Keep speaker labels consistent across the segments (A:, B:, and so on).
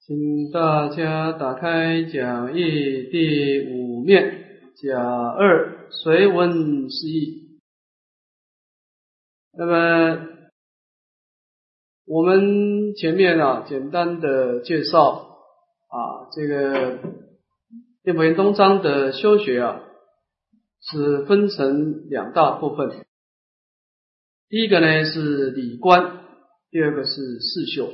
A: 请大家打开讲义第5面，甲2随文释义。那么我们前面简单的介绍这个念佛圆通章的修学是分成2大部分。第一个呢是理观，第二个是事修。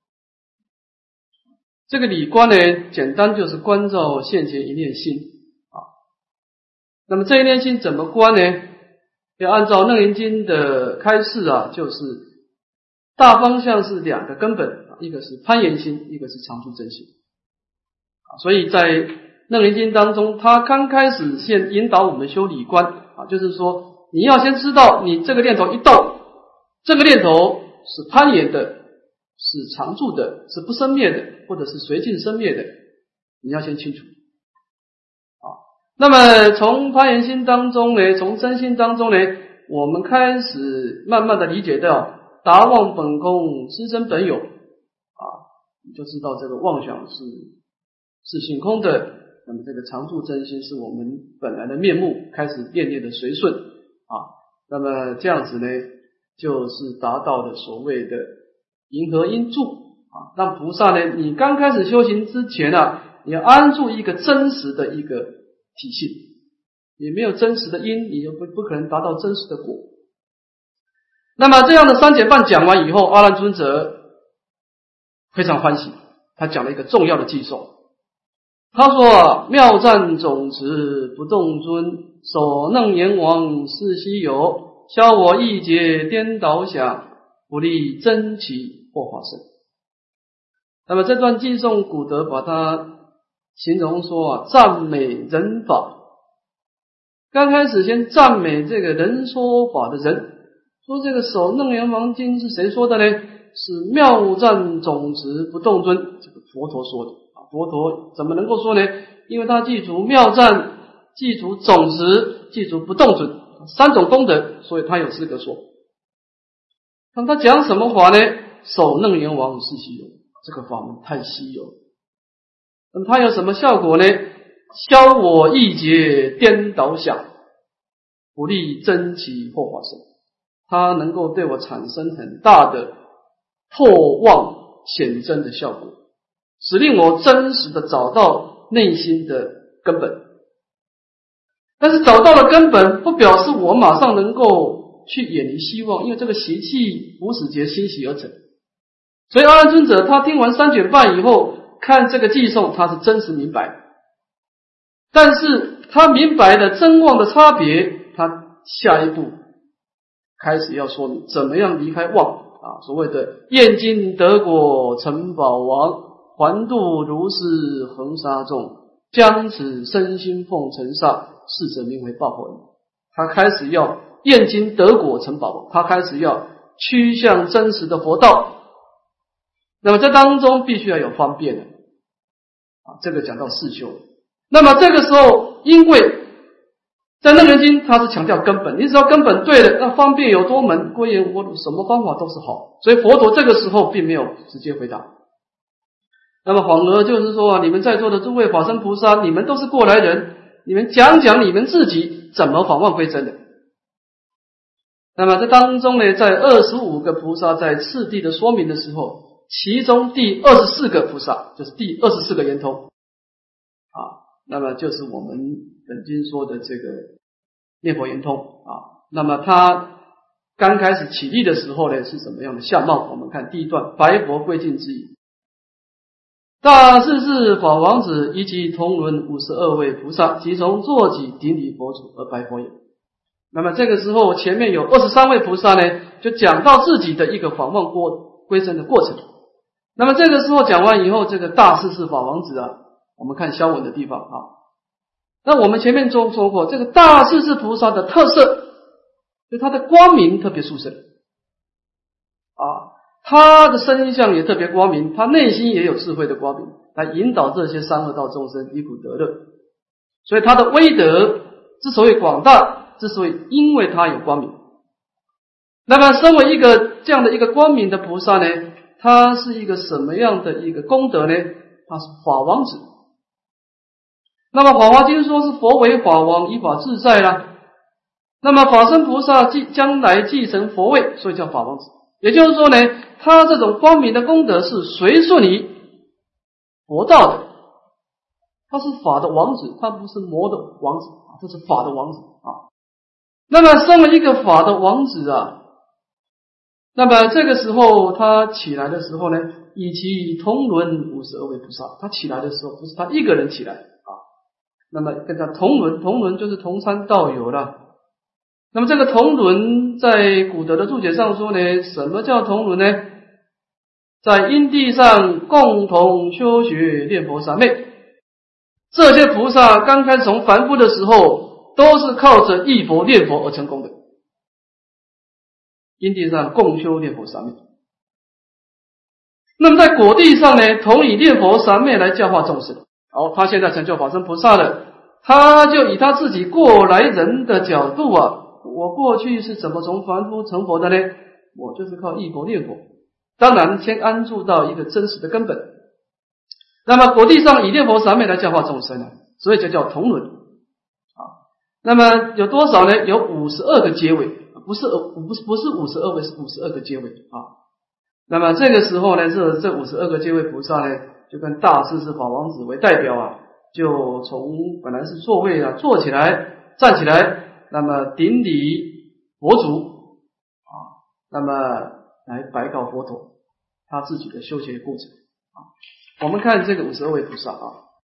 A: 这个理观呢，简单就是观照现前一念心那么这一念心怎么观呢？要按照楞严经的开示就是大方向是2个根本，一个是攀缘心，一个是常住真心所以在楞严经当中，他刚开始先引导我们修理观就是说你要先知道你这个念头一动，这个念头是攀缘的，是常住的，是不生灭的，或者是随境生灭的，你要先清楚那么从攀缘心当中呢，从真心当中呢，我们开始慢慢的理解到达妄本空，失真本有你就知道这个妄想是性空的，那么这个常住真心是我们本来的面目，开始念念的随顺那么这样子呢，就是达到了所谓的迎合因住让菩萨呢，你刚开始修行之前你要安住一个真实的一个体性，你没有真实的因，你就不可能达到真实的果。那么这样的3减半讲完以后，阿难尊者非常欢喜，他讲了一个重要的寄颂。他说妙赞总持不动尊，首楞严王是稀有，消我意结颠倒想，不立真起或法身。那么这段寄颂古德把它形容说赞美人法。刚开始先赞美这个人说法的人，说这个首楞严王经是谁说的呢？是妙赞总持不动尊，这个佛陀说的佛陀怎么能够说呢？因为他记住妙赞，记住总持，记住不动尊3种功德，所以他有资格说。那他讲什么法呢？首楞严王是稀有，这个法门太稀有了。那么它有什么效果呢？消我意结颠倒想，不立真起或法身。它能够对我产生很大的破妄显真的效果，使令我真实的找到内心的根本。但是找到了根本，不表示我马上能够去远离希望，因为这个习气无始劫欣喜而成。所以阿难尊者他听完3卷半以后，看这个寄颂，他是真实明白，但是他明白了真妄的差别，他下一步开始要说明怎么样离开妄所谓的厌经得果成宝王，还度如是恒沙众，将此身心奉承上，是者名为报佛人。他开始要厌经得果成宝王，他开始要趋向真实的佛道。那么这当中必须要有方便的这个讲到事修。那么这个时候，因为在楞严经它是强调根本，你只要根本对了，那方便有多门，归元无什么方法都是好，所以佛陀这个时候并没有直接回答。那么反而就是说你们在座的诸位法身菩萨，你们都是过来人，你们讲讲你们自己怎么返妄归真的。那么这当中呢，在25个菩萨在次第的说明的时候，其中第24个菩萨就是第24个圆通那么就是我们本经说的这个念佛圆通那么他刚开始起立的时候呢，是什么样的相貌？我们看第一段，白佛归敬之意。大势至法王子以及同伦52位菩萨，即从坐起顶礼佛祖而白佛也。那么这个时候前面有23位菩萨呢，就讲到自己的一个返妄归真的过程。那么这个时候讲完以后，这个大势至法王子我们看消文的地方那我们前面中说过，这个大势至菩萨的特色，就他的光明特别殊胜他的身相也特别光明，他内心也有智慧的光明，来引导这些三恶道众生离苦得乐。所以他的威德之所以广大，之所以因为他有光明。那么身为一个这样的一个光明的菩萨呢， 他是一个什么样的一个功德呢？他是法王子。那么《法华经》说是佛为法王，依法自在啦。那么法身菩萨将来继承佛位，所以叫法王子。也就是说呢，他这种光明的功德是随顺于佛道的，他是法的王子，他不是魔的王子，这是法的王子啊。那么身为一个法的王子啊，那么这个时候他起来的时候呢，以其同伦52位菩萨，他起来的时候不是他一个人起来啊，那么跟他同伦，同伦就是同参道友了。那么这个同伦在古德的注解上说呢，什么叫同伦呢？在因地上共同修学念佛三昧，这些菩萨刚开始从凡夫的时候，都是靠着忆佛念佛而成功的。因地上共修念佛三昧。那么在果地上呢，同以念佛三昧来教化众生。他现在成就法身菩萨了，他就以他自己过来人的角度啊，我过去是怎么从凡夫成佛的呢？我就是靠忆佛念佛，当然先安住到一个真实的根本。那么果地上以念佛三昧来教化众生，所以就叫同伦啊。那么有多少呢？有52个阶位，不是52位，是52个阶位啊。那么这个时候呢，这52个阶位菩萨呢，就跟大势至法王子为代表啊，就从本来是座位啊坐起来站起来，那么顶礼佛祖啊，那么来白告佛陀他自己的修学过程啊。我们看这个52位菩萨啊，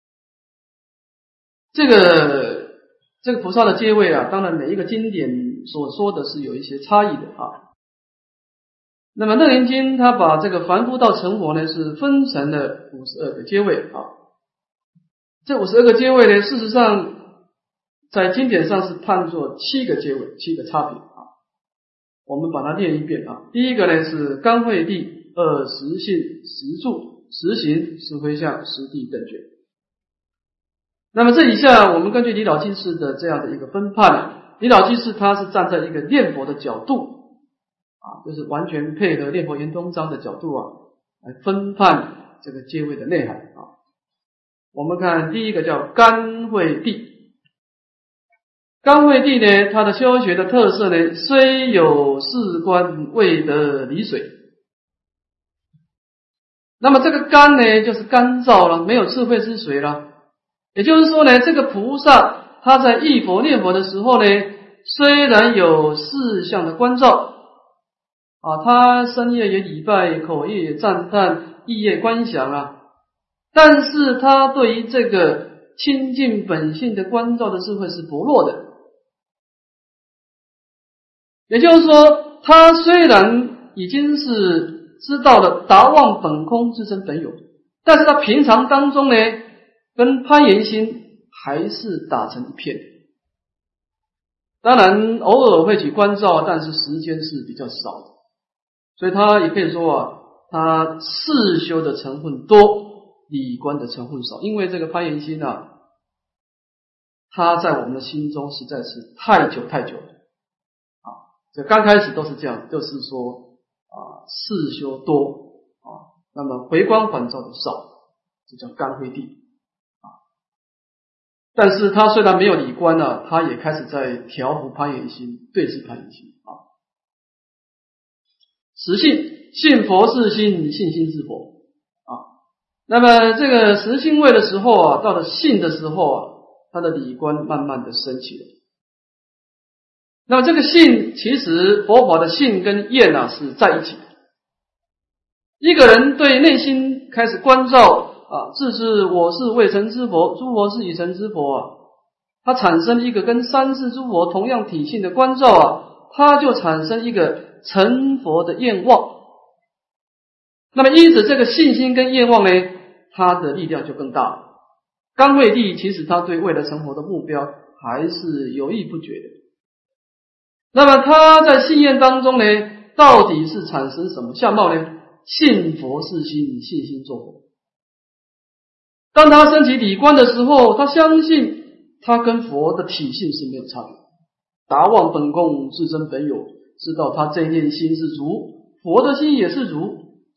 A: 这个菩萨的阶位啊，当然每一个经典所说的是有一些差异的啊。那么《楞严经》它把这个凡夫到成佛呢，是分成了52个阶位啊。这52个阶位呢，事实上在经典上是判作7个阶位，7个差别啊。我们把它念一遍啊。第一个呢是刚慧地、2实性、实住、实行、实回向、实地等觉。那么这以下我们根据李老居士的这样的一个分判，李老居士他是站在一个念佛的角度啊，就是完全配合念佛圆通章的角度啊，来分判这个阶位的内涵啊。我们看第一个叫干慧地。干慧地呢，它的修学的特色呢，虽有事观未得离水。那么这个干呢，就是干燥了，没有智慧之水了。也就是说呢，这个菩萨他在忆佛念佛的时候呢，虽然有4项的关照啊，他身业也礼拜，口业也赞叹，意业观想啊，但是他对于这个清净本性的关照的智慧是薄弱的。也就是说，他虽然已经是知道了达望本空自身本有，但是他平常当中呢，跟攀缘心还是打成一片。当然偶尔会去关照，但是时间是比较少的，所以他也可以说啊，他事修的成分多，理观的成分少。因为这个攀缘心啊，他在我们的心中实在是太久了啊。这刚开始都是这样，就是说啊，事修多啊，那么回光返照的少，这叫干慧地啊。但是他虽然没有理观啊，他也开始在调伏攀缘心，对治攀缘心啊。实信，信佛是心，信心是佛啊。那么这个实信位的时候啊，到了信的时候啊，他的理观慢慢的升起了。那么这个信，其实佛法的信跟愿啊是在一起的。一个人对内心开始关照啊，自知我是未成之佛，诸佛是已成之佛啊，他产生一个跟三世诸佛同样体性的关照啊，他就产生一个成佛的愿望。那么因此这个信心跟愿望呢，它的力量就更大了。干慧地其实他对未来成佛的目标还是犹豫不决的。那么他在信愿当中呢，到底是产生什么相貌呢？信佛是心，信心作佛。当他升起理观的时候，他相信他跟佛的体性是没有差别，达望本空自身本有，知道他这念心是如，佛的心也是如，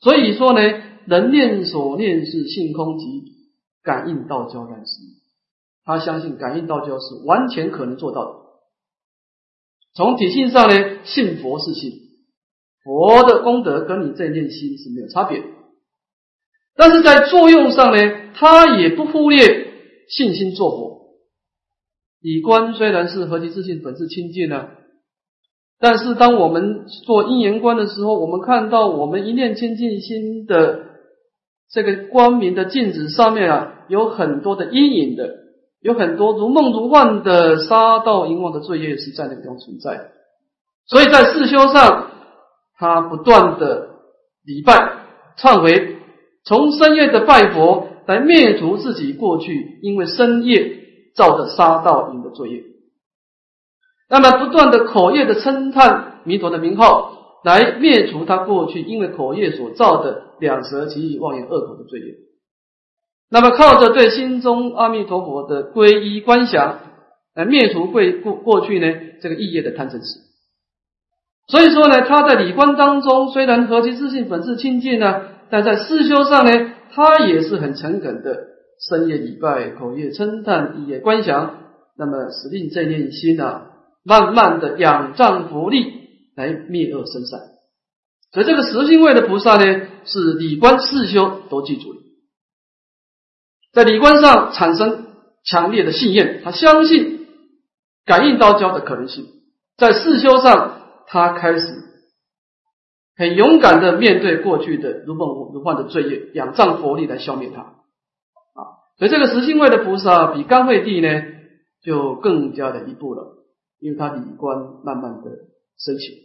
A: 所以说呢，人念所念是性空即感应道交然是，他相信感应道交是完全可能做到的。从体性上呢，信佛是信，佛的功德跟你这一念心是没有差别的。但是在作用上呢，他也不忽略信心作佛。理观虽然是何其自信本自清净啊，但是当我们做因缘观的时候，我们看到我们一念清净心的这个光明的镜子上面啊，有很多的阴影的，有很多如梦如幻的杀盗淫妄的罪业是在那个地方存在的。所以在四修上，他不断的礼拜忏悔，从深夜的拜佛来灭除自己过去因为深夜造的杀盗淫的罪业，那么不断的口业的称叹弥陀的名号，来灭除他过去因为口业所造的两舌绮语妄言恶口的罪业。那么靠着对心中阿弥陀佛的皈依观想，来灭除过去呢这个意业的贪嗔痴。所以说呢，他在理观当中虽然何其自信本自清净呢，但在四修上呢，他也是很诚恳的深夜礼拜，口业称叹，意业观想，那么使令这念心啊，慢慢的仰仗佛力来灭恶生善。所以这个十心位的菩萨呢，是理观四修都记住了。在理观上产生强烈的信念，他相信感应道交的可能性。在四修上，他开始很勇敢的面对过去的如梦如幻的罪业，仰仗佛力来消灭它。所以这个十心位的菩萨比甘惠帝呢就更加的一步了，因为他理观慢慢的升起。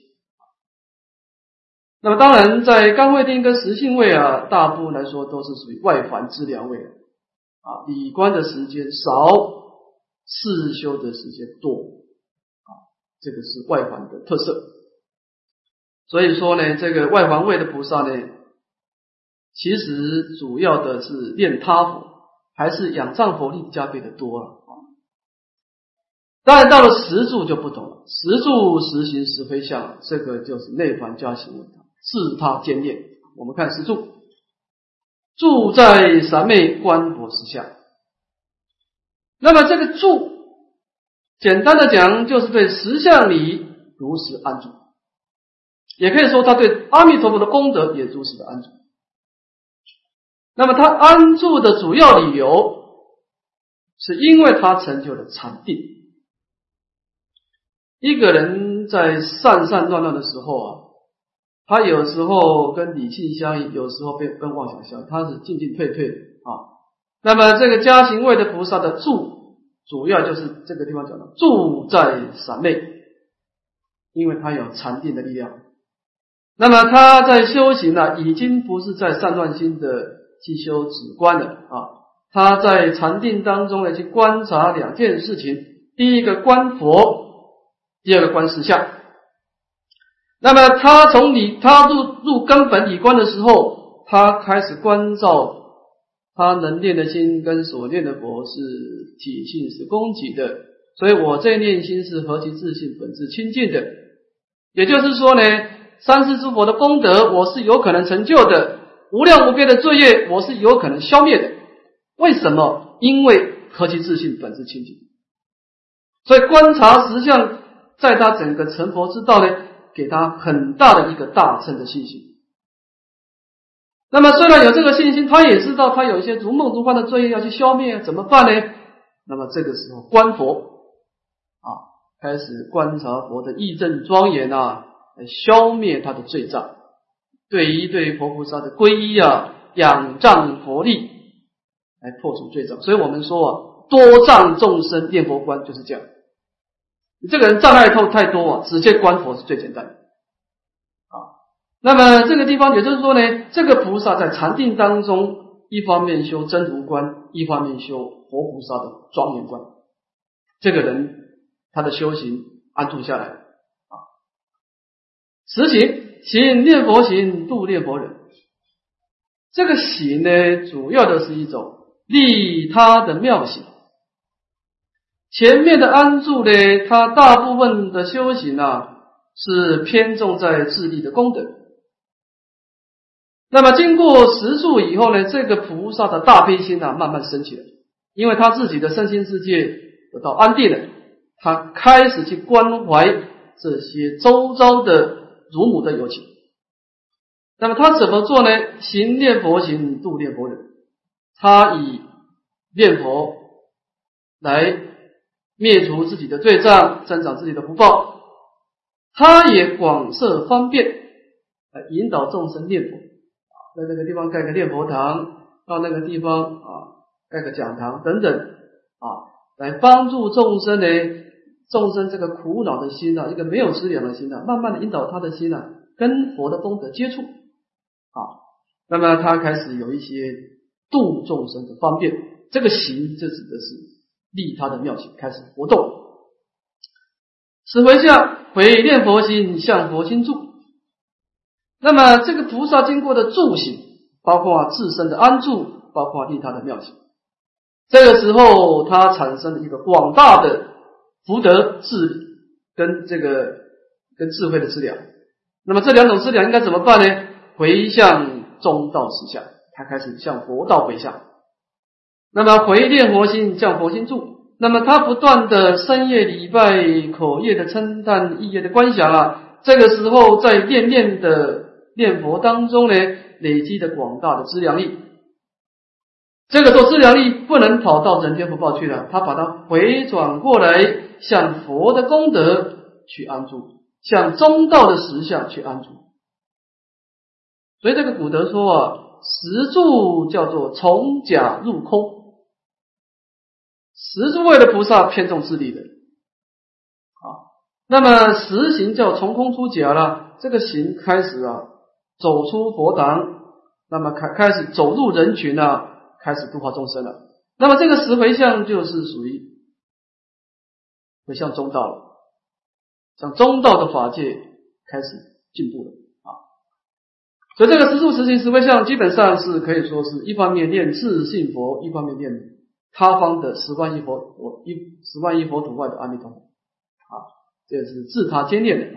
A: 那么当然在甘惠帝跟十心位啊，大部分来说都是属于外凡资粮位啊，理观的时间少，四修的时间多啊，这个是外凡的特色。所以说呢，这个外凡位的菩萨呢，其实主要的是练他佛，还是仰仗佛力加倍的多了。当然到了十住就不同了，十住十行十非相，这个就是内凡加行为，自他兼念。我们看十住，住在三昧观佛实相。那么这个住，简单的讲，就是对实相理如实安住，也可以说他对阿弥陀佛的功德也如实的安住。那么他安住的主要理由，是因为他成就了禅定。一个人在散散乱乱的时候啊，他有时候跟理性相应，有时候跟妄想相应，他是进进退退啊。那么这个加行位的菩萨的住，主要就是这个地方讲的住在三昧，因为他有禅定的力量。那么他在修行啊，已经不是在散乱心的去修止观了啊，他在禅定当中呢去观察两件事情，第一个观佛，第二个观实相。那么他从他入根本理观的时候，他开始关照他能念的心跟所念的佛是体性是供给的，所以我这念心是何其自信本自清净的。也就是说呢，三世诸佛的功德我是有可能成就的，无量无边的罪业我是有可能消灭的。为什么？因为何其自信本自清净。所以观察实相在他整个成佛之道呢，给他很大的一个大乘的信心。那么虽然有这个信心，他也知道他有一些如梦如幻的罪业要去消灭，怎么办呢？那么这个时候观佛啊，开始观察佛的义正庄严啊，来消灭他的罪障。对佛菩萨的皈依啊，仰仗佛力来破除罪障。所以我们说啊，多障众生念佛观就是这样。你这个人障碍太多啊，直接观佛是最简单的啊。那么这个地方也就是说呢，这个菩萨在禅定当中，一方面修真如观，一方面修佛菩萨的庄严观。这个人他的修行安住下来啊。实行念佛行度念佛人，这个行呢，主要的是一种利他的妙行。前面的安住呢，它大部分的修行啊，是偏重在自利的功德。 那么经过10住以后呢，这个菩萨的大悲心啊慢慢升起来，因为他自己的身心世界得到安定了，他开始去关怀这些周遭的乳母的有情。那么他怎么做呢？行念佛行，度念佛人。他以念佛来灭除自己的罪障，增长自己的福报。他也广设方便来引导众生念佛，在这个地方盖个念佛堂，到那个地方盖个讲堂等等来帮助众生呢，众生这个苦恼的心一个没有思量的心慢慢的引导他的心跟佛的功德接触那么他开始有一些度众生的方便，这个行就指的是利他的妙行开始活动。此回向回念佛心，向佛心住。那么这个菩萨经过的住行，包括自身的安住，包括利他的妙行，这个时候他产生了一个广大的福德智跟智慧的资粮。那么这两种资粮应该怎么办呢？回向中道实相，他开始向佛道回向。那么回念佛心，向佛心住。那么他不断的深夜礼拜，口业的称叹，意业的观想这个时候在念的念佛当中呢，累积的广大的资粮力。这个做资粮力不能跑到人天福报去了，他把它回转过来，向佛的功德去安住，向中道的实相去安住。所以这个古德说十住叫做从假入空。十住位的菩萨偏重自利的那么十行叫从空出假了，这个行开始走出佛堂，那么开始走入人群开始度化众生了。那么这个十回向就是属于回向中道了，向中道的法界开始进步了所以这个十住十行十回向基本上是可以说是一方面念自性佛，一方面念他方的10万亿佛土外的阿弥陀佛这是自他兼念的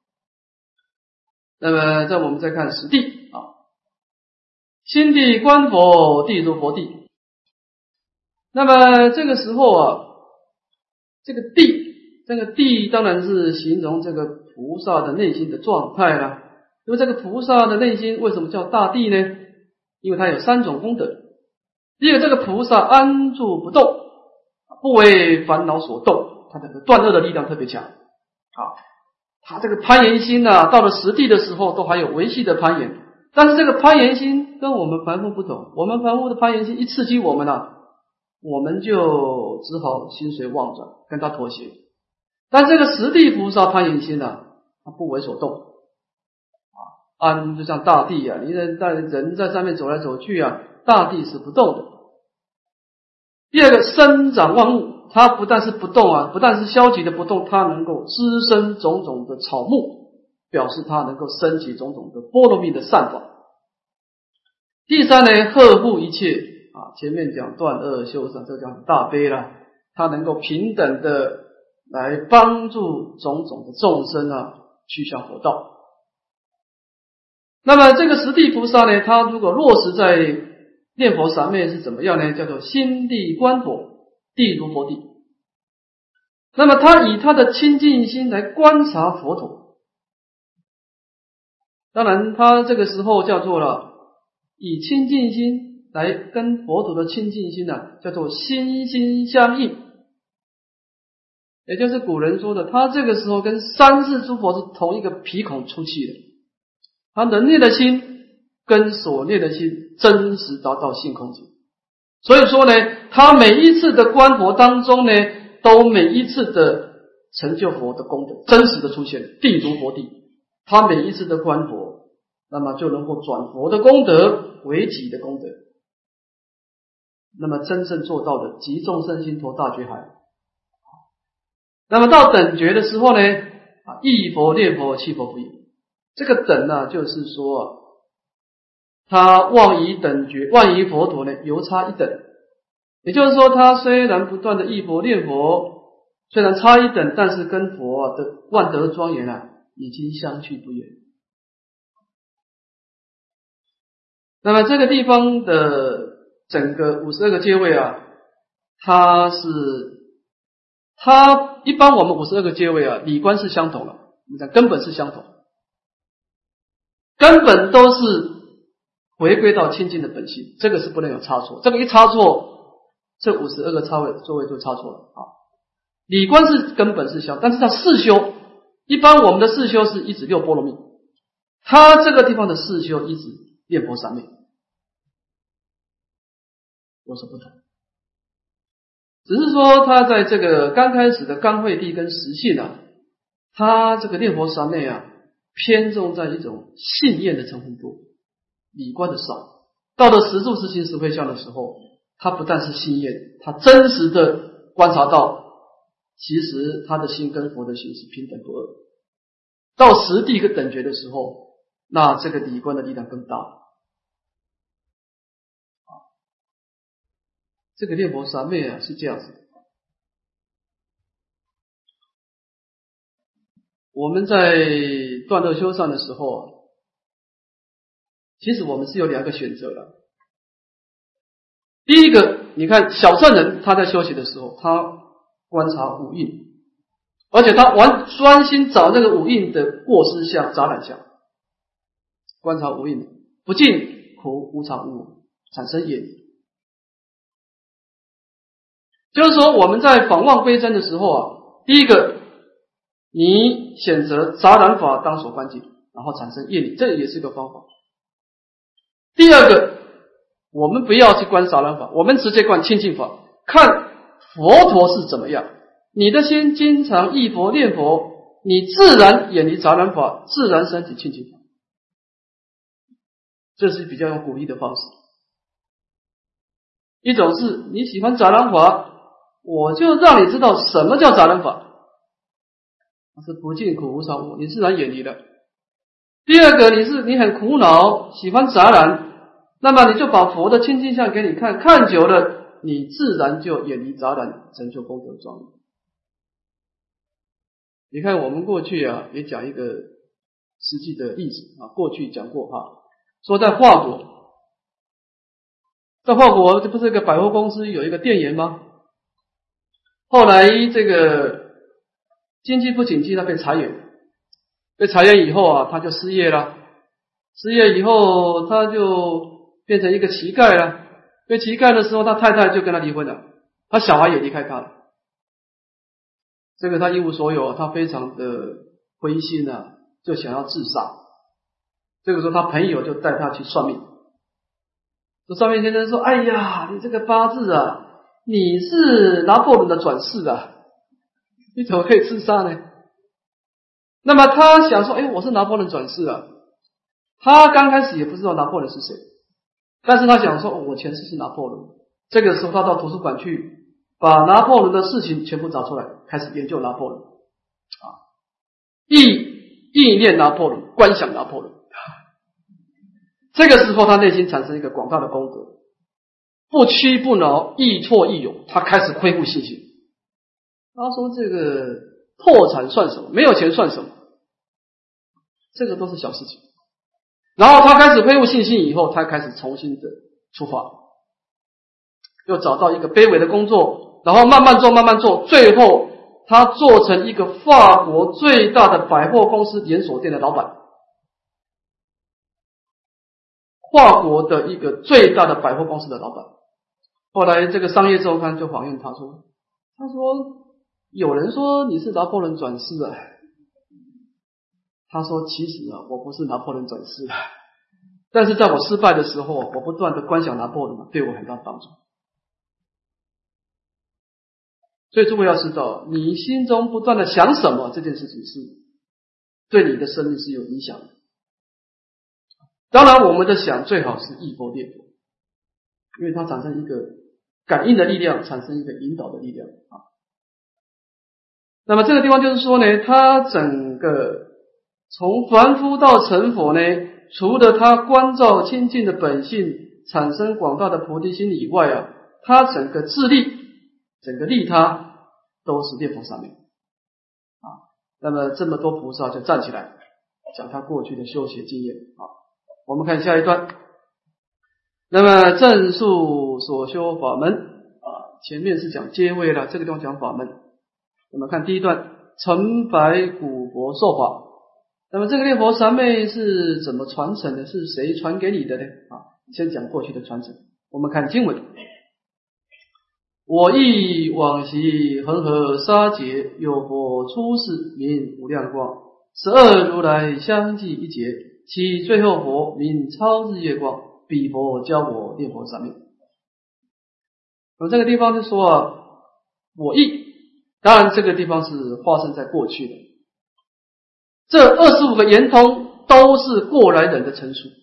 A: 那么我们再看十地心地观佛，地如佛地。那么这个时候这个地当然是形容这个菩萨的内心的状态啦。因为这个菩萨的内心为什么叫大地呢？因为它有3种功德。第一个，这个菩萨安住不动，不为烦恼所动，他这个断恶的力量特别强他这个攀岩心到了实地的时候都还有维系的攀岩，但是这个攀岩心跟我们凡夫不同，我们凡夫的攀岩心一刺激我们我们就只好心随妄转，跟他妥协。但这个实地菩萨攀岩心他不为所动安就像大地你人在上面走来走去大地是不动的。第二个，生长万物，它不但是不动不但是消极的不动，它能够滋生种种的草木，表示它能够升起种种的波罗蜜的善法。第三呢，呵护一切前面讲断恶修善，这叫大悲啦，它能够平等的来帮助种种的众生去向佛道。那么这个十地菩萨呢，他如果落实在念佛上面是怎么样呢？叫做心地观佛，地如佛地。那么他以他的清净心来观察佛陀，当然他这个时候叫做了以清净心来跟佛陀的清净心叫做心心相应，也就是古人说的，他这个时候跟三世诸佛是同一个鼻孔出气的，他能念的心跟所念的心真实达到性空境。所以说呢，他每一次的观佛当中呢，都每一次的成就佛的功德真实的出现，地如佛地。他每一次的观佛，那么就能够转佛的功德为己的功德，那么真正做到的集众生心投大觉海。那么到等觉的时候呢，忆佛念佛弃佛不已。这个等就是说他望以等觉，望以佛陀呢犹差一等，也就是说他虽然不断的忆佛念佛，虽然差一等，但是跟佛的万德庄严已经相去不远。 那么这个地方的整个52个阶位啊，它一般我们52个阶位啊，理观是相同的，你讲根本是相同，根本都是回归到清净的本性，这个是不能有差错，这个一差错，这52个座位就差错了啊。理观是根本是相同，但是它四修，一般我们的四修是一指六波罗蜜，它这个地方的四修一指念佛三昧，有所不同。只是说他在这个刚开始的刚慧地跟实性啊，他这个念佛三昧啊，偏重在一种信念的成分多，理观的少。到了实住实行实会相的时候，他不但是信念，他真实的观察到，其实他的心跟佛的心是平等不二。到实地跟等觉的时候，那这个理观的力量更大。这个念佛三昧啊是这样子。我们在断乐修上的时候啊，其实我们是有两个选择的。第一个，你看小乘人他在修行的时候，他观察五蕴，而且他专心找那个五蕴的过失相、杂染相，观察五蕴，不净、苦、无常、无我，产生业力。就是说我们在访望归真的时候啊，第一个你选择杂染法当所观境，然后产生业力，这也是一个方法。第二个，我们不要去观杂染法，我们直接观清净法，看佛陀是怎么样。你的心经常忆佛念佛，你自然远离杂染法，自然升起清净法。这是比较有鼓励的方式。一种是你喜欢杂染法，我就让你知道什么叫杂染法，是不净苦无常无我，你自然远离了。第二个，你很苦恼，喜欢杂染，那么你就把佛的清净相给你看，看久了，你自然就远离杂染，成就功德庄严。你看我们过去啊，也讲一个实际的例子啊，过去讲过哈，说在华国这不是一个百货公司有一个店员吗？后来这个经济不景气，他被裁员以后啊，他就失业了。失业以后，他就变成一个乞丐了。被乞丐的时候，他太太就跟他离婚了，他小孩也离开他了。这个他一无所有，他非常的灰心啊，就想要自杀。这个时候，他朋友就带他去算命。这算命先生说：“哎呀，你这个八字啊，你是拿破仑的转世啊，你怎么可以自杀呢？”那么他想说：“我是拿破仑转世啊。”他刚开始也不知道拿破仑是谁，但是他想说：“我前世是拿破仑。”这个时候他到图书馆去，把拿破仑的事情全部找出来，开始研究拿破仑啊，意念拿破仑，观想拿破仑。这个时候他内心产生一个广大的功德，不屈不挠，亦挫亦勇，他开始恢复信心。他说：“这个破产算什么？没有钱算什么？这个都是小事情。”然后他开始恢复信心以后，他开始重新的出发，又找到一个卑微的工作，然后慢慢做，最后他做成一个法国最大的百货公司连锁店的老板。法国的一个最大的百货公司的老板。后来这个商业周刊就访问他说：“有人说你是拿破仑转世啊。”他说：“其实啊，我不是拿破仑转世啊，但是在我失败的时候，我不断的观想拿破仑，对我很大帮助。”所以诸位要知道，你心中不断的想什么，这件事情是对你的生命是有影响的。当然我们的想最好是忆佛念佛，因为它产生一个感应的力量，产生一个引导的力量啊。那么这个地方就是说呢，它整个从凡夫到成佛呢，除了他观照清净的本性，产生广大的菩提心以外啊，他整个自利，整个利他都是念佛三昧啊。那么这么多菩萨就站起来讲他过去的修学经验啊。我们看下一段。 那么正数所修法门前面是讲阶位了，这个地方讲法门。我们看第一段，成白古佛受法。那么这个念佛三昧是怎么传承的？是谁传给你的呢？先讲过去的传承。我们看经文，我忆往昔恒河沙劫，有佛出世名无量光，12如来相继一劫，其最后佛名超日月光，彼佛教我念佛三昧。那么这个地方就说我忆，当然这个地方是发生在过去的，这25个圆通都是过来人的陈述。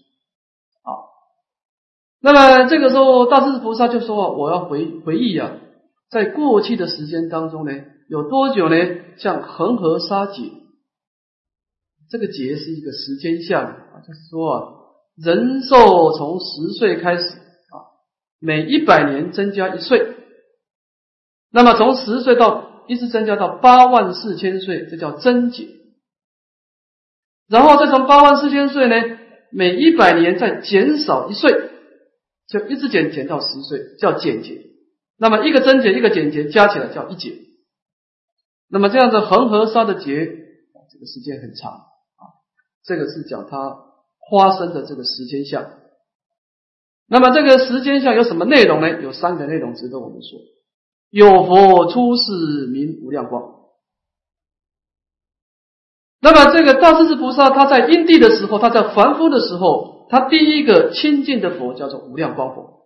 A: 那么这个时候大势至菩萨就说我要回忆在过去的时间当中呢，有多久呢？像恒河沙劫，这个劫是一个时间相就是说人寿从10岁开始每100年增加1岁，那么从10岁到一直增加到84000岁，这叫增劫。然后再从84000岁呢，每100年再减少1岁，就一直减到10岁，叫减劫。那么一个增劫一个减劫加起来叫一劫。那么这样的恒河沙的劫，这个时间很长这个是讲它发生的这个时间相。那么这个时间相有什么内容呢？有3个内容值得我们说。有佛出世名无量光。那么这个大势至菩萨他在因地的时候，他在凡夫的时候，他第一个亲近的佛叫做无量光佛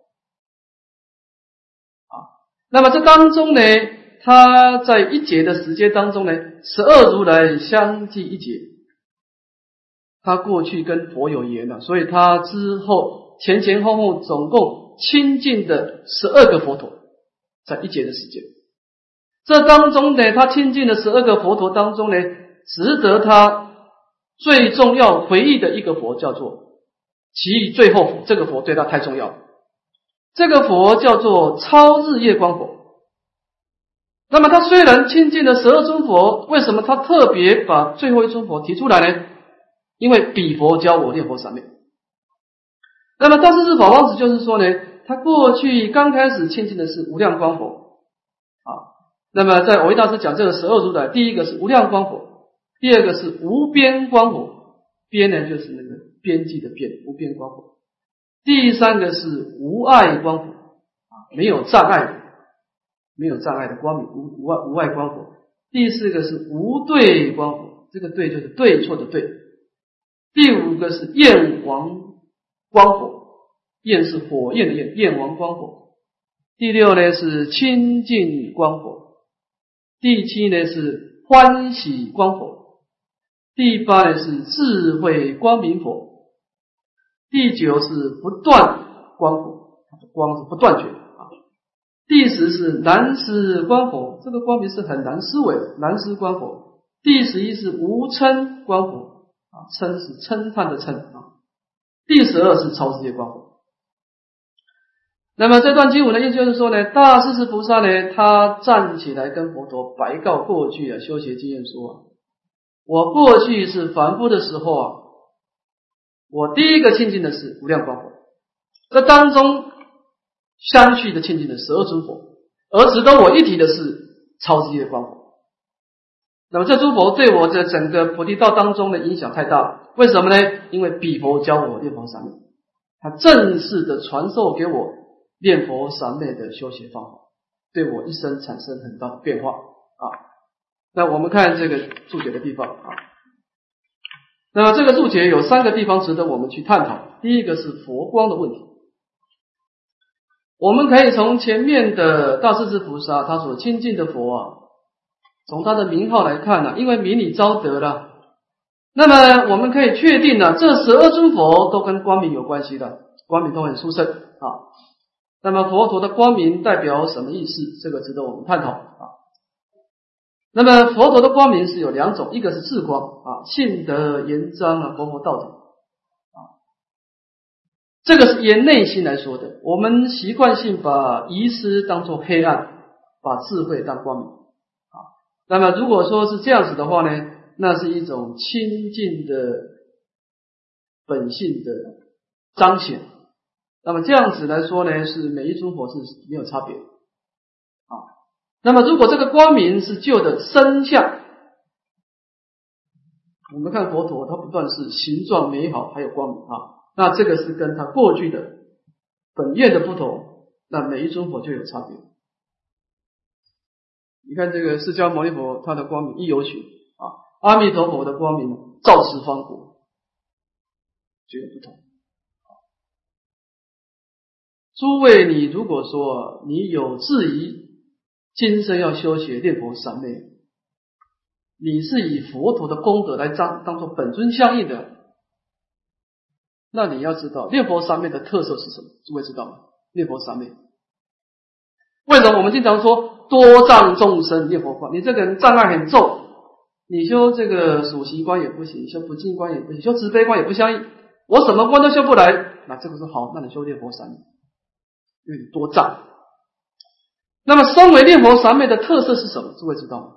A: 那么这当中呢，他在一劫的时间当中呢，12如来相继一劫，他过去跟佛有缘了，所以他之后前前后后总共亲近的12个佛陀，在一劫的时间。这当中呢，他亲近的12个佛陀当中呢，值得他最重要回忆的一个佛叫做其最后佛，这个佛对他太重要了。这个佛叫做超日月光佛。那么他虽然亲近了12尊佛，为什么他特别把最后一尊佛提出来呢？因为彼佛教我念佛三昧。那么大势至法王子就是说呢，他过去刚开始亲近的是无量光佛那么在蕅益大师讲这个12如来，第一个是无量光佛，第二个是无边光佛，边呢就是那个边际的边，无边光佛。第三个是无碍光佛没有障碍的光明，无碍光佛。第四个是无对光佛，这个对就是对错的对。第五个是焰王光佛，焰是火焰的焰，焰王光佛。第六呢是清净光佛。第七呢是欢喜光佛。第八呢是智慧光明佛。第九是不断光佛，光是不断绝第10是难思光佛，这个光明是很难思维，难思光佛。第11是无称光佛称是称叹的称第12是超世界光佛。那么这段经文的意思就是说呢，大势至菩萨呢，他站起来跟佛陀白告过去修学经验说我过去是凡夫的时候我第一个亲近的是无量光佛，这当中相续的亲近的12尊佛，而值得我一提的是超世界光佛。那么这诸佛对我的整个菩提道当中的影响太大了，为什么呢？因为彼佛教我念佛三昧，他正式的传授给我念佛三昧的修学方法，对我一生产生很大的变化那我们看这个注解的地方那么这个注解有3个地方值得我们去探讨。第一个是佛光的问题，我们可以从前面的大势至菩萨他所亲近的佛从他的名号来看因为名以昭德了，那么我们可以确定这12尊佛都跟光明有关系的，光明都很殊胜那么佛陀的光明代表什么意思？这个值得我们探讨那么佛陀的光明是有2种，一个是智光信德圆彰佛道体这个是沿内心来说的。我们习惯性把遗失当作黑暗，把智慧当光明那么如果说是这样子的话呢，那是一种清净的本性的彰显那么这样子来说呢，是每一尊佛是没有差别啊。那么如果这个光明是旧的身相，我们看佛陀，它不断是形状美好，还有光明啊。那这个是跟它过去的本愿的不同，那每一尊佛就有差别。你看这个释迦牟尼佛，他的光明亦有许啊，阿弥陀佛的光明照十方国，就有不同。诸位，你如果说你有质疑今生要修学念佛三昧，你是以佛陀的功德来当作本尊相应的，那你要知道念佛三昧的特色是什么？诸位知道吗？念佛三昧为什么我们经常说多障众生念佛观？你这个人障碍很重，你修这个属习观也不行，修不净观也不行，修慈悲观也不相应，我什么观都修不来，那这个说好，那你修念佛三昧，因为你多障。那么身为念佛三昧的特色是什么？诸位知道吗？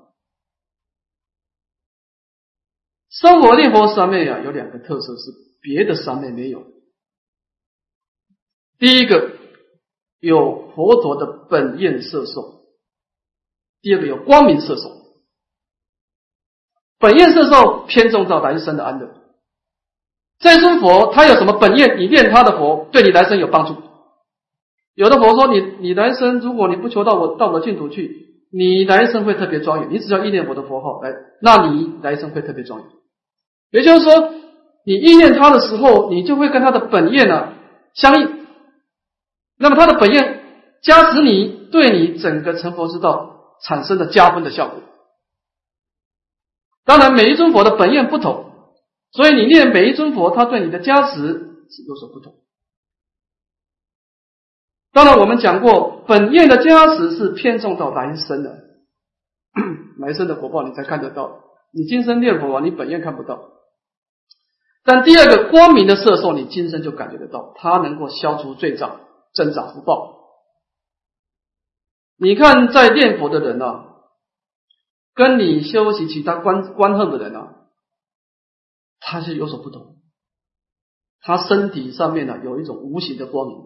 A: 生活念佛三昧啊，有两个特色是别的三昧没有。第一个，有佛陀的本愿摄受；第二个，有光明摄受。本愿摄受偏重到来生的安乐。这尊佛他有什么本愿，你念他的佛对你来生有帮助。有的佛说你来生如果你不求到我净土去，你来生会特别庄严，你只要意念我的佛号来，那你来生会特别庄严。也就是说，你意念他的时候，你就会跟他的本愿相应。那么他的本愿加持你，对你整个成佛之道产生的加分的效果。当然每一尊佛的本愿不同，所以你念每一尊佛，他对你的加持是有所不同。当然我们讲过，本愿的加持是偏重到来生的，来生的果报你才看得到，你今生念佛你本愿看不到。但第二个光明的摄受，你今生就感觉得到，它能够消除罪障，增长福报。你看在念佛的人跟你修习其他观恨的人他是有所不同。他身体上面有一种无形的光明。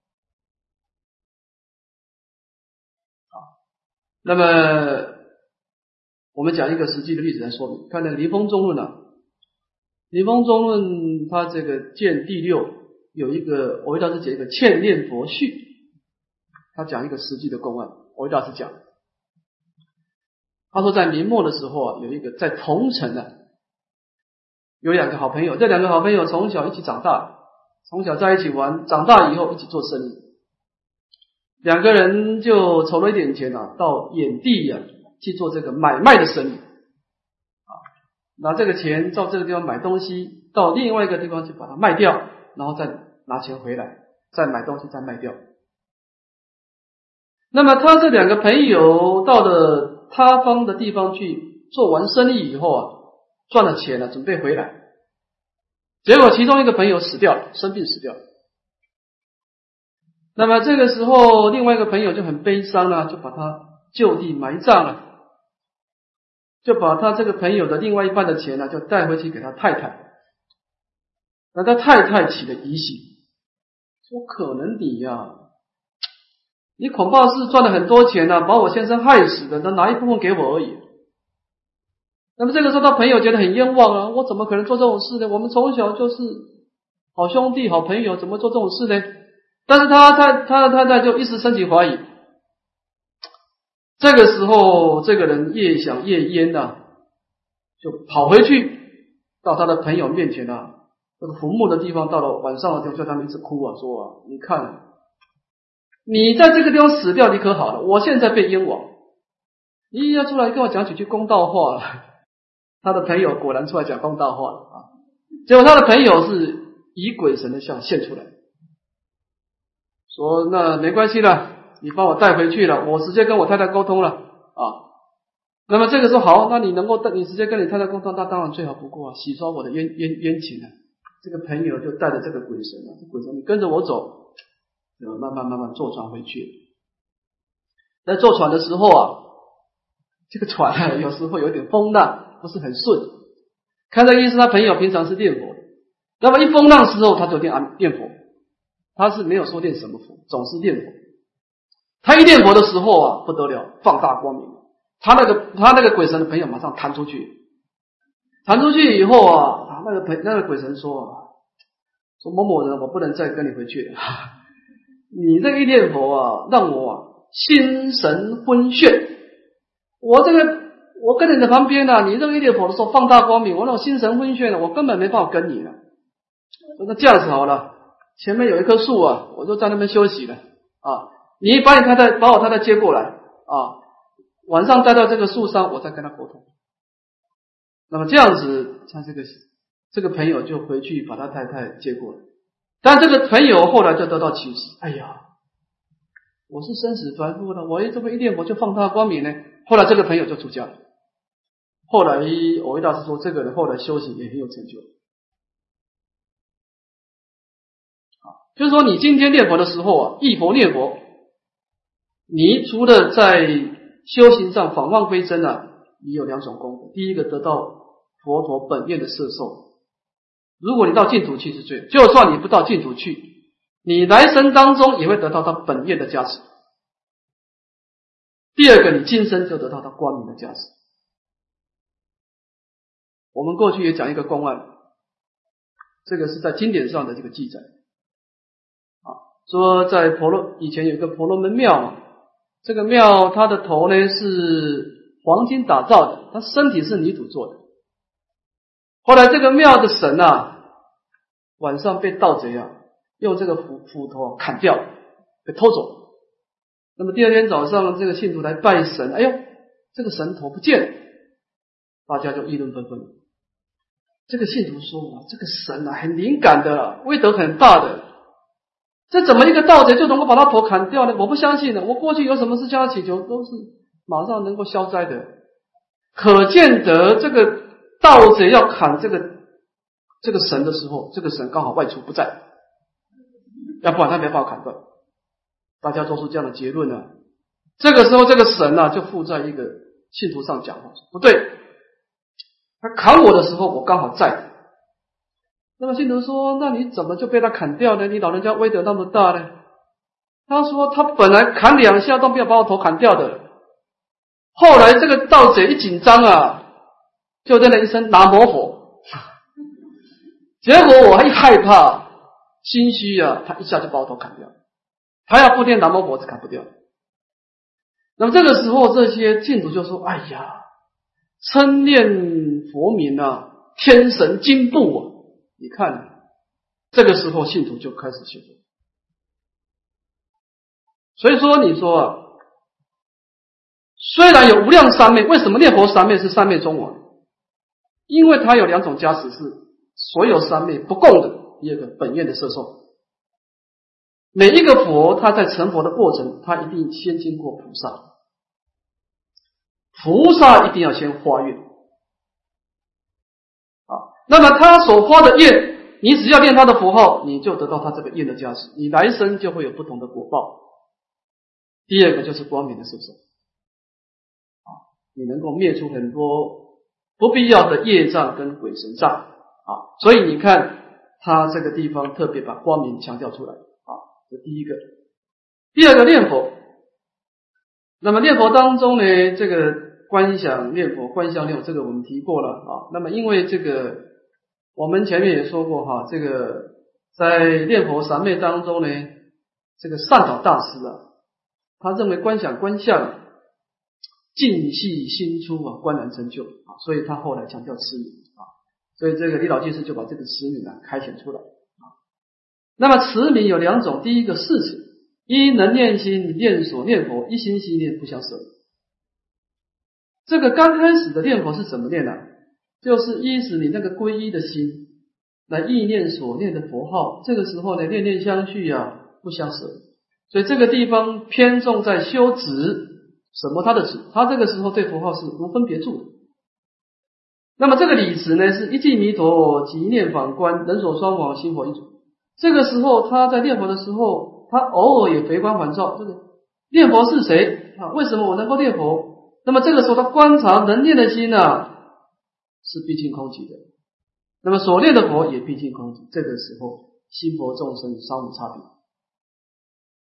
A: 那么我们讲一个实际的例子来说明，看那个临风中论临风中论它这个卷第6有一个藕益大师解一个劝念佛序，他讲一个实际的公案。藕益大师讲，他说在明末的时候有一个在桐城有两个好朋友，这两个好朋友从小一起长大，从小在一起玩，长大以后一起做生意，两个人就筹了一点钱到眼地去做这个买卖的生意拿这个钱到这个地方买东西，到另外一个地方去把它卖掉，然后再拿钱回来，再买东西再卖掉。那么他这两个朋友到了他方的地方去做完生意以后赚了钱准备回来，结果其中一个朋友死掉了，生病死掉了。那么这个时候另外一个朋友就很悲伤就把他就地埋葬了，就把他这个朋友的另外一半的钱就带回去给他太太。那他太太起了疑心，说可能你恐怕是赚了很多钱把我先生害死的，他拿一部分给我而已。那么这个时候他朋友觉得很冤枉我怎么可能做这种事呢？我们从小就是好兄弟好朋友，怎么做这种事呢？但是他太太就一时升起怀疑。这个时候这个人越想越冤就跑回去到他的朋友面前这个坟墓的地方，到了晚上的地方叫他们一直哭说你看你在这个地方死掉你可好了，我现在被冤枉，你要出来跟我讲几句公道话了。他的朋友果然出来讲公道话了结果他的朋友是以鬼神的相现出来，说那没关系了，你帮我带回去了，我直接跟我太太沟通了那么这个时候好，那你直接跟你太太沟通，那当然最好不过洗刷我的冤情这个朋友就带着这个鬼神这鬼神你跟着我走，就慢慢坐船回去。在坐船的时候这个船有时候有点风浪，不是很顺。看这个意思，他朋友平常是念佛的，那么一风浪时候他就念佛， 他是没有说念什么佛，总是念佛。他一念佛的时候啊，不得了，放大光明。他那个鬼神的朋友马上弹出去以后啊，那个鬼神说某某人，我不能再跟你回去了，你这个一念佛啊，让我心神昏眩。我跟你的旁边啊，你这个一念佛的时候放大光明，我让我心神昏眩了，我根本没办法跟你了。那这样子好了，前面有一棵树啊，我就在那边休息了啊。你把我太太接过来啊，晚上待到这个树上，我再跟他沟通。那么这样子，他这个朋友就回去把他太太接过来。但这个朋友后来就得到启示，哎呀，我是生死凡夫的，我这么一念佛就放大光明呢。后来这个朋友就出家了。后来藕益大师说，这个人后来修行也很有成就。就是说你今天念佛的时候啊，忆佛念佛，你除了在修行上返妄归真啊，你有两种功德。第一个得到佛陀本愿的摄受，如果你到净土去是最，就算你不到净土去，你来生当中也会得到他本愿的加持。第二个，你今生就得到他光明的加持。我们过去也讲一个公案，这个是在经典上的这个记载说在以前有一个婆罗门庙嘛，这个庙它的头呢是黄金打造的，它身体是泥土做的。后来这个庙的神啊，晚上被盗贼啊用这个斧头砍掉，被偷走。那么第二天早上，这个信徒来拜神，哎呦，这个神头不见了，大家就议论纷纷。这个信徒说哇，这个神啊很灵感的，威德很大的，这怎么一个盗贼就能够把他头砍掉呢？我不相信的，我过去有什么事向他祈求，都是马上能够消灾的。可见得这个盗贼要砍这个神的时候，这个神刚好外出不在，要不然他没办法砍断。大家做出这样的结论呢，这个时候这个神啊就附在一个信徒上讲话说，不对，他砍我的时候我刚好在。那么信徒说，那你怎么就被他砍掉呢？你老人家威德那么大呢？他说他本来砍2下都没有把我头砍掉的，后来这个盗贼一紧张啊，就在那一声南无佛，结果我一害怕心虚啊，他一下就把我头砍掉，他要不念南无佛是砍不掉。那么这个时候这些信徒就说，哎呀，称念佛名啊，天神惊怖啊。你看这个时候信徒就开始信佛。所以说你说啊，虽然有无量三昧，为什么念佛三昧是三昧中王？因为它有2种加持，是所有三昧不共的。第二个本愿的摄受，每一个佛他在成佛的过程，他一定先经过菩萨，菩萨一定要先发愿那么他所发的愿，你只要念他的佛号，你就得到他这个愿的加持，你来生就会有不同的果报。第二个就是光明的摄受你能够灭除很多不必要的业障跟鬼神障所以你看他这个地方特别把光明强调出来这第一个。第二个念佛，那么念佛当中呢，这个观想念佛、观想念佛，这个我们提过了那么因为这个我们前面也说过这个在念佛三昧当中呢，这个善导大师他认为观想观相静系心出观然成就所以他后来强调持名所以这个李老居士就把这个持名开显出来那么持名有2种，第一个事情，一能念心，念所念佛，一心系念不相舍。这个刚开始的念佛是怎么念就是依止你那个皈依的心来意念所念的佛号，这个时候呢念念相续不相舍。所以这个地方偏重在修止，什么他的止？他这个时候对佛号是无分别住的。那么这个理持呢是一记弥陀即念反观，人所双往，心佛一主。这个时候他在念佛的时候，他偶尔也回光返照，这个念佛是谁为什么我能够念佛？那么这个时候他观察能念的心是毕竟空寂的，那么所念的佛也毕竟空寂，这个时候心佛众生相无差别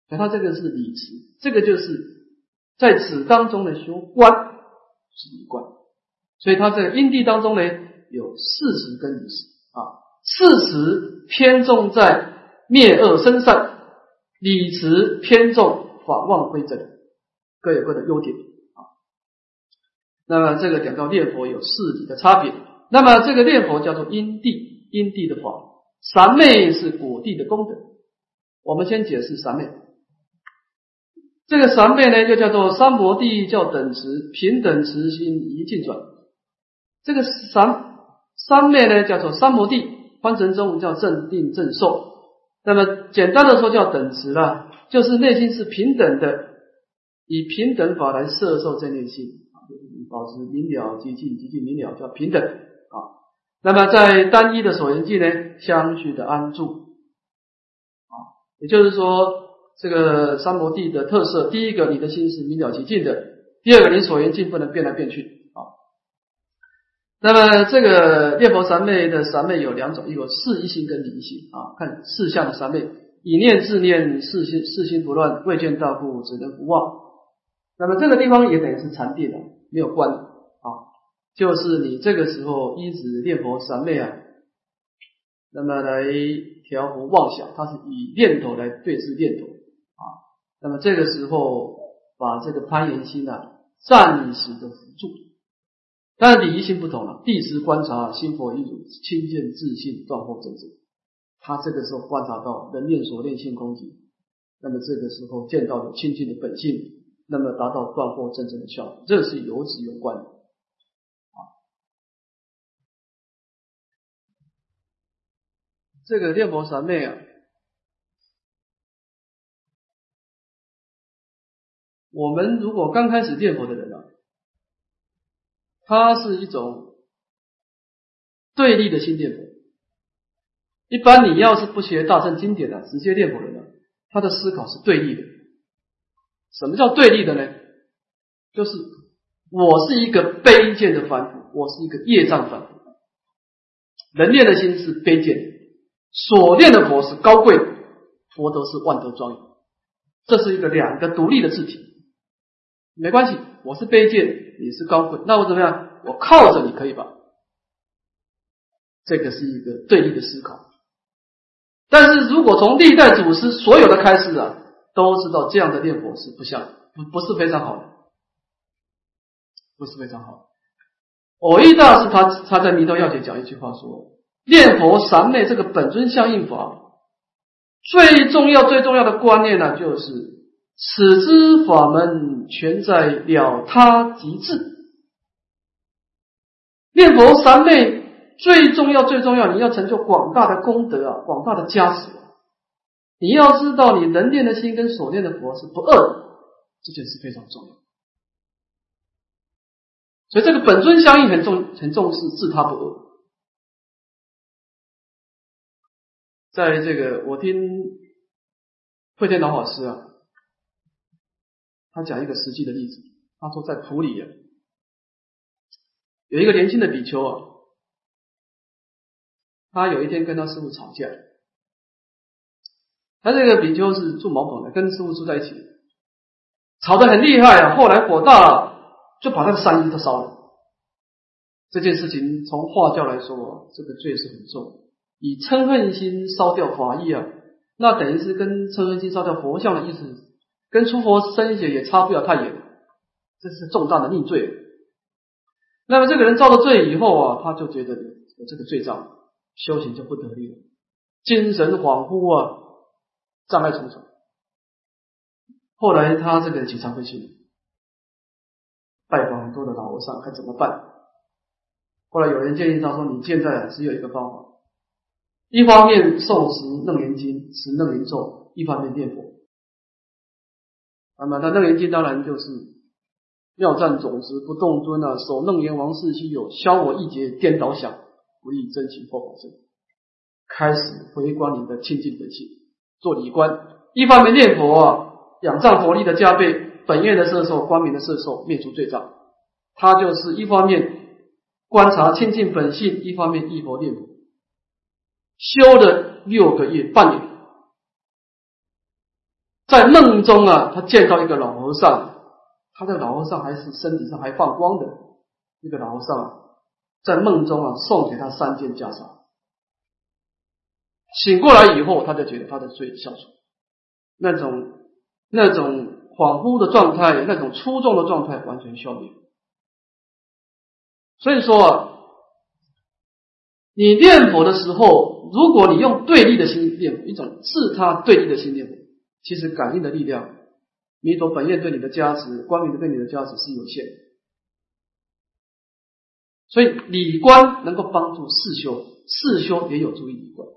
A: 所以它这个是理持，这个就是在此当中的修观是理观，所以它这个因地当中呢有事实跟理持啊，事实偏重在灭恶生善，理持偏重法忘归真，各有各的优点啊。那么这个讲到念佛有事理的差别，那么这个念佛叫做因地，因地的法，三昧是果地的功德。我们先解释三昧。这个三昧呢，就叫做三摩地叫等持，平等持心一尽转。这个三昧呢，叫做三摩地，翻成中文叫正定正受。那么简单的说叫等持啦，就是内心是平等的，以平等法来摄受正念心，保持明了寂静，寂静明了叫平等啊。那么在单一的所缘境呢，相续的安住啊，也就是说。这个三摩地的特色，第一个你的心是明了极静的，第二个你所缘境不能变来变去啊。那么这个念佛三昧的三昧有两种，一个事一心跟理一心啊，看事相的三昧，以念自念，事心不乱，未见道故，只能不忘。那么这个地方也等于是禅定了，没有观啊，就是你这个时候依止念佛三昧啊，那么来调伏妄想，它是以念头来对治念头。那么这个时候把这个攀缘心暂时的辅助，当然理一心不同了，地时观察心佛一如，清见自信，断惑正知。他这个时候观察到人念所念性空寂，那么这个时候见到了清净的本性，那么达到断惑正知的效果，这是有止有观的。这个念佛三昧啊，我们如果刚开始念佛的人啊，它是一种对立的心念佛。一般你要是不学大乘经典的，直接念佛的人，他的思考是对立的。什么叫对立的呢？就是我是一个卑贱的凡夫，我是一个业障凡夫。人念的心是卑贱的，所念的佛是高贵的，佛德是万德庄严。这是一个两个独立的字体。没关系，我是卑贱，你是高贵，那我怎么样？我靠着你可以吧？这个是一个对立的思考。但是如果从历代祖师所有的开示啊，都知道这样的念佛是不是非常好的，不是非常好的。藕益大师他在《弥陀要解》讲一句话说，念佛三昧这个本尊相应法，最重要的观念呢，就是此之法门全在了他即至。念佛三昧最重要，你要成就广大的功德啊，广大的加持。你要知道，你人念的心跟所念的佛是不二的，这件事非常重要。所以这个本尊相应很重视自他不二。在这个我听慧天老法师啊，他讲一个实际的例子，他说在普里啊，有一个年轻的比丘啊，他有一天跟他师父吵架，他这个比丘是住茅棚的，跟师父住在一起，吵得很厉害啊，后来火大了，就把那个山衣都烧了。这件事情从化教来说，这个罪是很重，以嗔恨心烧掉法义啊，那等于是跟嗔恨心烧掉佛像的意思，跟出佛身血也差不了太远，这是重大的逆罪。那么这个人造了罪以后啊，他就觉得有这个罪障，修行就不得力了，精神恍惚啊，障碍重重。后来他这个起忏悔心，拜访很多的老和尚，看怎么办。后来有人建议他说，你现在只有一个方法，一方面诵持楞严经，持楞严咒，一方面念佛。那么他楞严经当然就是妙赞总持不动尊啊，守楞严王事须有，消我一劫颠倒想，不立真行后法身。开始回观你的清净本性，做理观。一方面念佛啊，仰仗佛力的加倍，本愿的摄受，光明的摄受，灭除罪障。他就是一方面观察清净本性，一方面忆佛念佛，修了6个月半年。 在梦中啊，他见到一个老和尚，他的老和尚还是身体上还放光的，一个老和尚在梦中啊送给他3件袈裟。醒过来以后，他就觉得他的罪消除，那种恍惚的状态，那种粗重的状态完全消灭。所以说啊，你念佛的时候，如果你用对立的心念佛，一种自他对立的心念佛，其实感应的力量，弥陀本愿对你的加持，光明对你的加持是有限的。所以理观能够帮助事修，事修也有助于理观。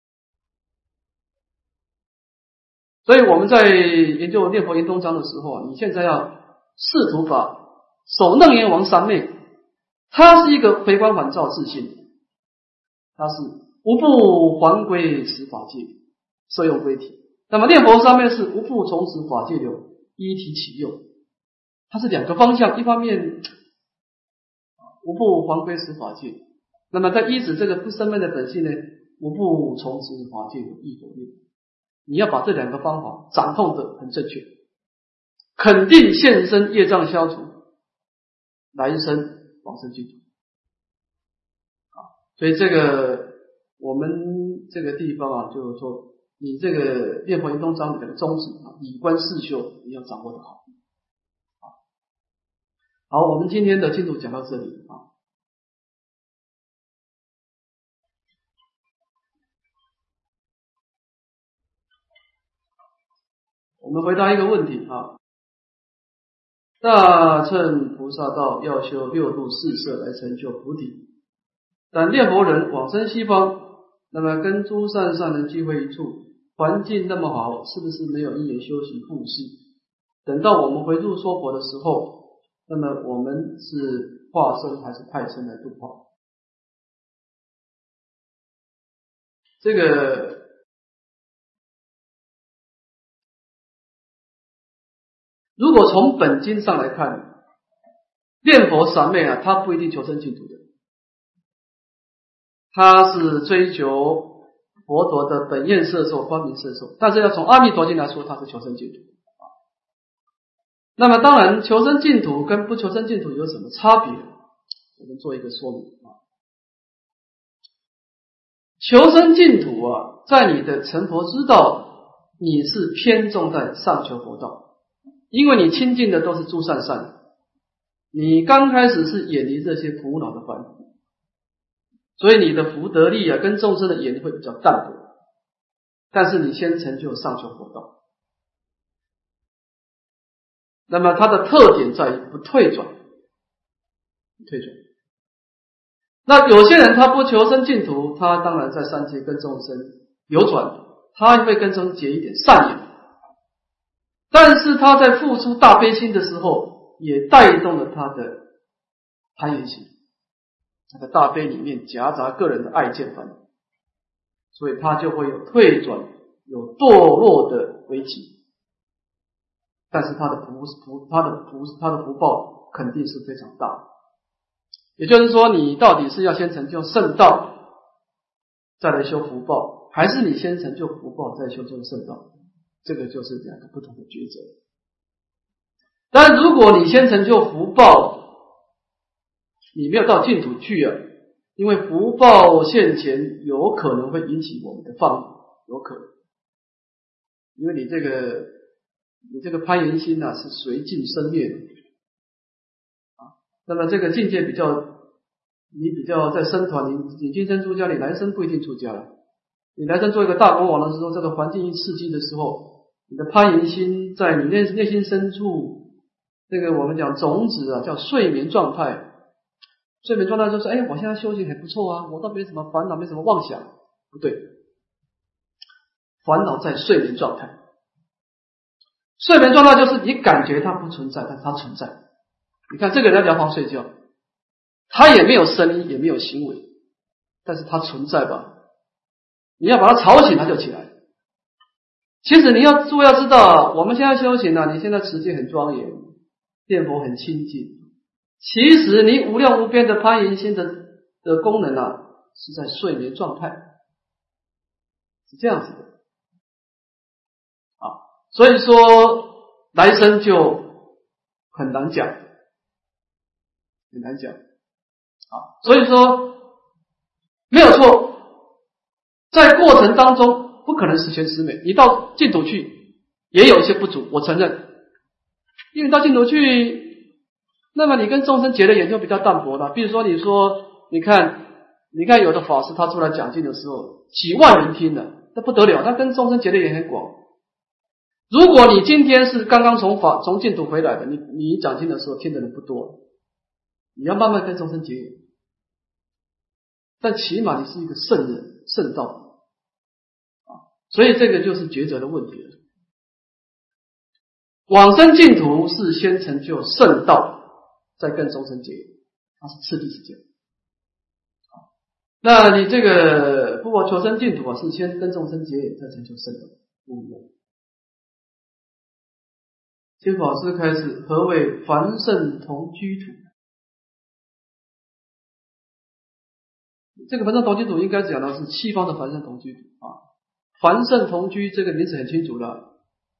A: 所以我们在研究念佛圆通章的时候，你现在要视图法守楞严王三昧，它是一个回光返照自性，它是无复还归十法界，摄用归体。那么念佛三昧是无复从此法界流，依体起用，它是2个方向，一方面无复还归十法界，那么在依止这个不生灭的本性呢，无复从此法界流，亦否灭。你要把这2个方法掌控得很正确，肯定现身业障消除，来生往生净土。所以这个我们这个地方啊，就是说你这个念佛圆通章里面的宗旨啊，理观事修你要掌握得好。好，我们今天的进度讲到这里啊。我们回答一个问题啊，大乘菩萨道要修6度4摄来成就菩提，但念佛人往生西方，那么跟诸善善人聚会一处，环境那么好，是不是没有因缘修习布施？等到我们回入说佛的时候，那么我们是化身还是派身来度化？这个如果从本经上来看，念佛三昧啊，他不一定求生净土的，他是追求佛陀的本愿摄受、光明摄受，但是要从阿弥陀经来说，他是求生净土。那么当然，求生净土跟不求生净土有什么差别？我们做一个说明啊。求生净土啊，在你的成佛之道，你是偏重在上求佛道，因为你亲近的都是诸善善人，你刚开始是远离这些苦恼的烦恼，所以你的福德力啊，跟众生的眼力会比较淡薄。但是你先成就上求佛道，那么它的特点在于不退转，那有些人他不求生净土，他当然在三界跟众生流转，他会跟众生结一点善缘，但是他在付出大悲心的时候，也带动了他的攀缘心，他的大悲里面夹杂个人的爱见烦恼，所以他就会有退转、有堕落的危机。但是他的福报肯定是非常大的。也就是说，你到底是要先成就圣道，再来修福报，还是你先成就福报，再修这个圣道？这个就是2个不同的抉择。但如果你先成就福报，你没有到净土去啊，因为福报现前有可能会引起我们的放逸，有可能，因为你这个攀缘心啊是随境生灭的啊。那么这个境界你比较在僧团，你今生出家，你来生不一定出家了。你来生做一个大国王的时候，这个环境一刺激的时候，你的攀缘心在你内心深处，这个我们讲种子啊，叫睡眠状态。睡眠状态就是，我现在修行很不错啊，我倒没什么烦恼，没什么妄想。不对，烦恼在睡眠状态。睡眠状态就是你感觉它不存在，但是它存在。你看这个人在疗房睡觉，他也没有声音，也没有行为，但是他存在吧？你要把他吵醒，他就起来。其实你要知道，我们现在修行啊，你现在持戒很庄严，念佛很清净。其实你无量无边的攀缘心的功能啊，是在睡眠状态，是这样子的。 所以说来生就很难讲，很难讲啊。所以说没有错，在过程当中不可能十全十美，你到净土去也有一些不足，我承认。因为到净土去，那么你跟众生结的缘就比较淡薄了。比如说你说你看有的法师他出来讲经的时候几万人听了，那不得了，他跟众生结的缘很广。如果你今天是刚刚从净土回来的，你讲经的时候听的人不多，你要慢慢跟众生结缘，但起码你是一个圣人圣道啊，所以这个就是抉择的问题了。往生净土是先成就圣道，再跟众生结缘，它是次第时间。那你这个不求生净土啊，是先跟众生结缘，再成就圣道，不一样。金法师开始，何谓凡圣同居土？这个凡圣同居土应该讲的是西方的凡圣同居土啊。凡圣同居这个名词很清楚了。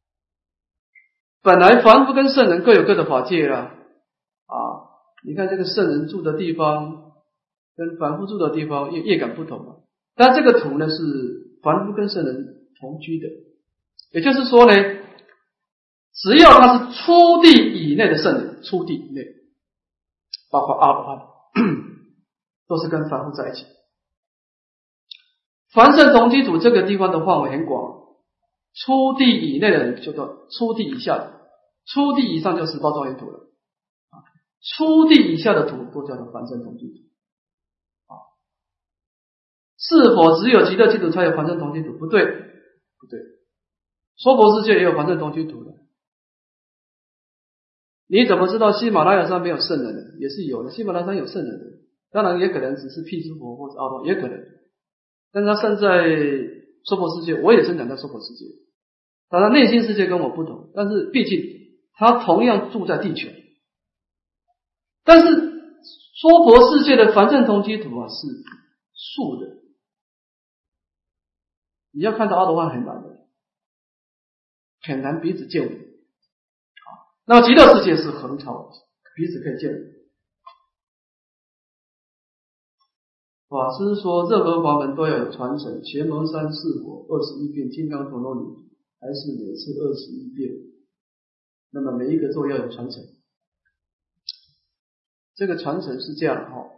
A: 本来凡夫跟圣人各有各的法界啦，啊，你看这个圣人住的地方跟凡夫住的地方业感不同嘛。但这个土呢是凡夫跟圣人同居的，也就是说呢，只要他是初地以内的圣人，初地以内，包括阿罗汉，都是跟凡夫在一起。凡圣同居土这个地方的范围很广，初地以内的人就叫初地以下的，初地以上就十八庄严土了。初地以下的土都叫做凡圣同居土。是否只有极乐净土才有凡圣同居土？不对，不对，娑婆世界也有凡圣同居土的。你怎么知道喜马拉雅山没有圣人呢？也是有的，喜马拉雅山有圣人的，当然也可能只是辟支佛或者阿罗，也可能。但是他生在娑婆世界，我也生长在娑婆世界，当然内心世界跟我不同，但是毕竟他同样住在地球。但是娑婆世界的凡圣同居土啊是素的，你要看到阿罗汉很难的，很难彼此见闻。那么极乐世界是横超，彼此可以见闻。法师说，任何法门都要有传承，乾蒙三世火21遍，金刚陀罗尼还是每次21遍，那么每一个咒要有传承。这个传承是这样哈，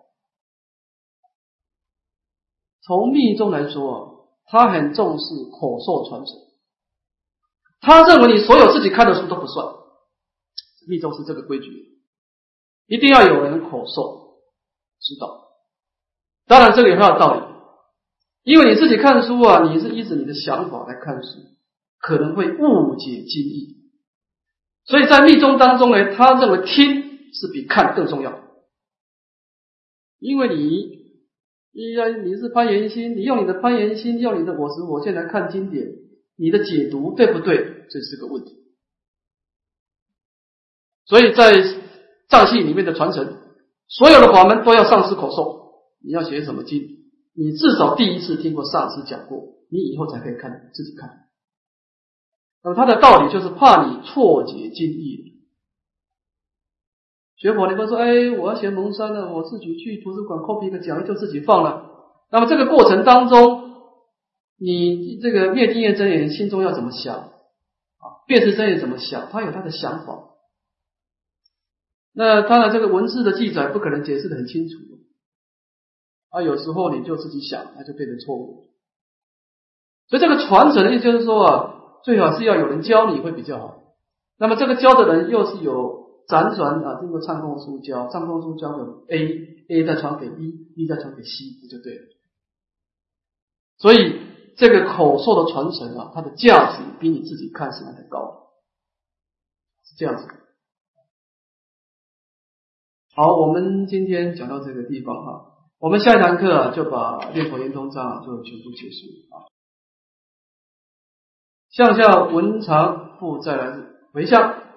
A: 从密宗来说，他很重视口授传承，他认为你所有自己看的书都不算，密宗是这个规矩，一定要有人口授指导。当然这个有它的道理，因为你自己看书啊，你是依着你的想法来看书，可能会误解经义，所以在密宗当中呢，他认为听是比看更重要。因为你是攀缘心，你用你的攀缘心，用你的我执我见来看经典，你的解读对不对，这是个问题。所以在藏系里面的传承，所有的法门都要上师口授。你要学什么经，你至少第一次听过上师讲过，你以后才可以看自己看。那么他的道理就是怕你错解经义。学佛你会说，我要学蒙山了，我自己去图书馆 copy 一个讲义就自己放了。那么这个过程当中，你这个灭定业真言心中要怎么想辩识真言怎么想，他有他的想法。那当然这个文字的记载不可能解释得很清楚有时候你就自己想，那就变成错误。所以这个传承的意思就是说最好是要有人教你会比较好。那么这个教的人又是有辗转经过唱空书教，唱空书教有 A 再传给 B 再传给 C 就对了。所以这个口授的传承它的价值比你自己看是来的高，是这样子。好，我们今天讲到这个地方我们下一堂课就把念佛圆通章就全部结束向下文长复再来回向。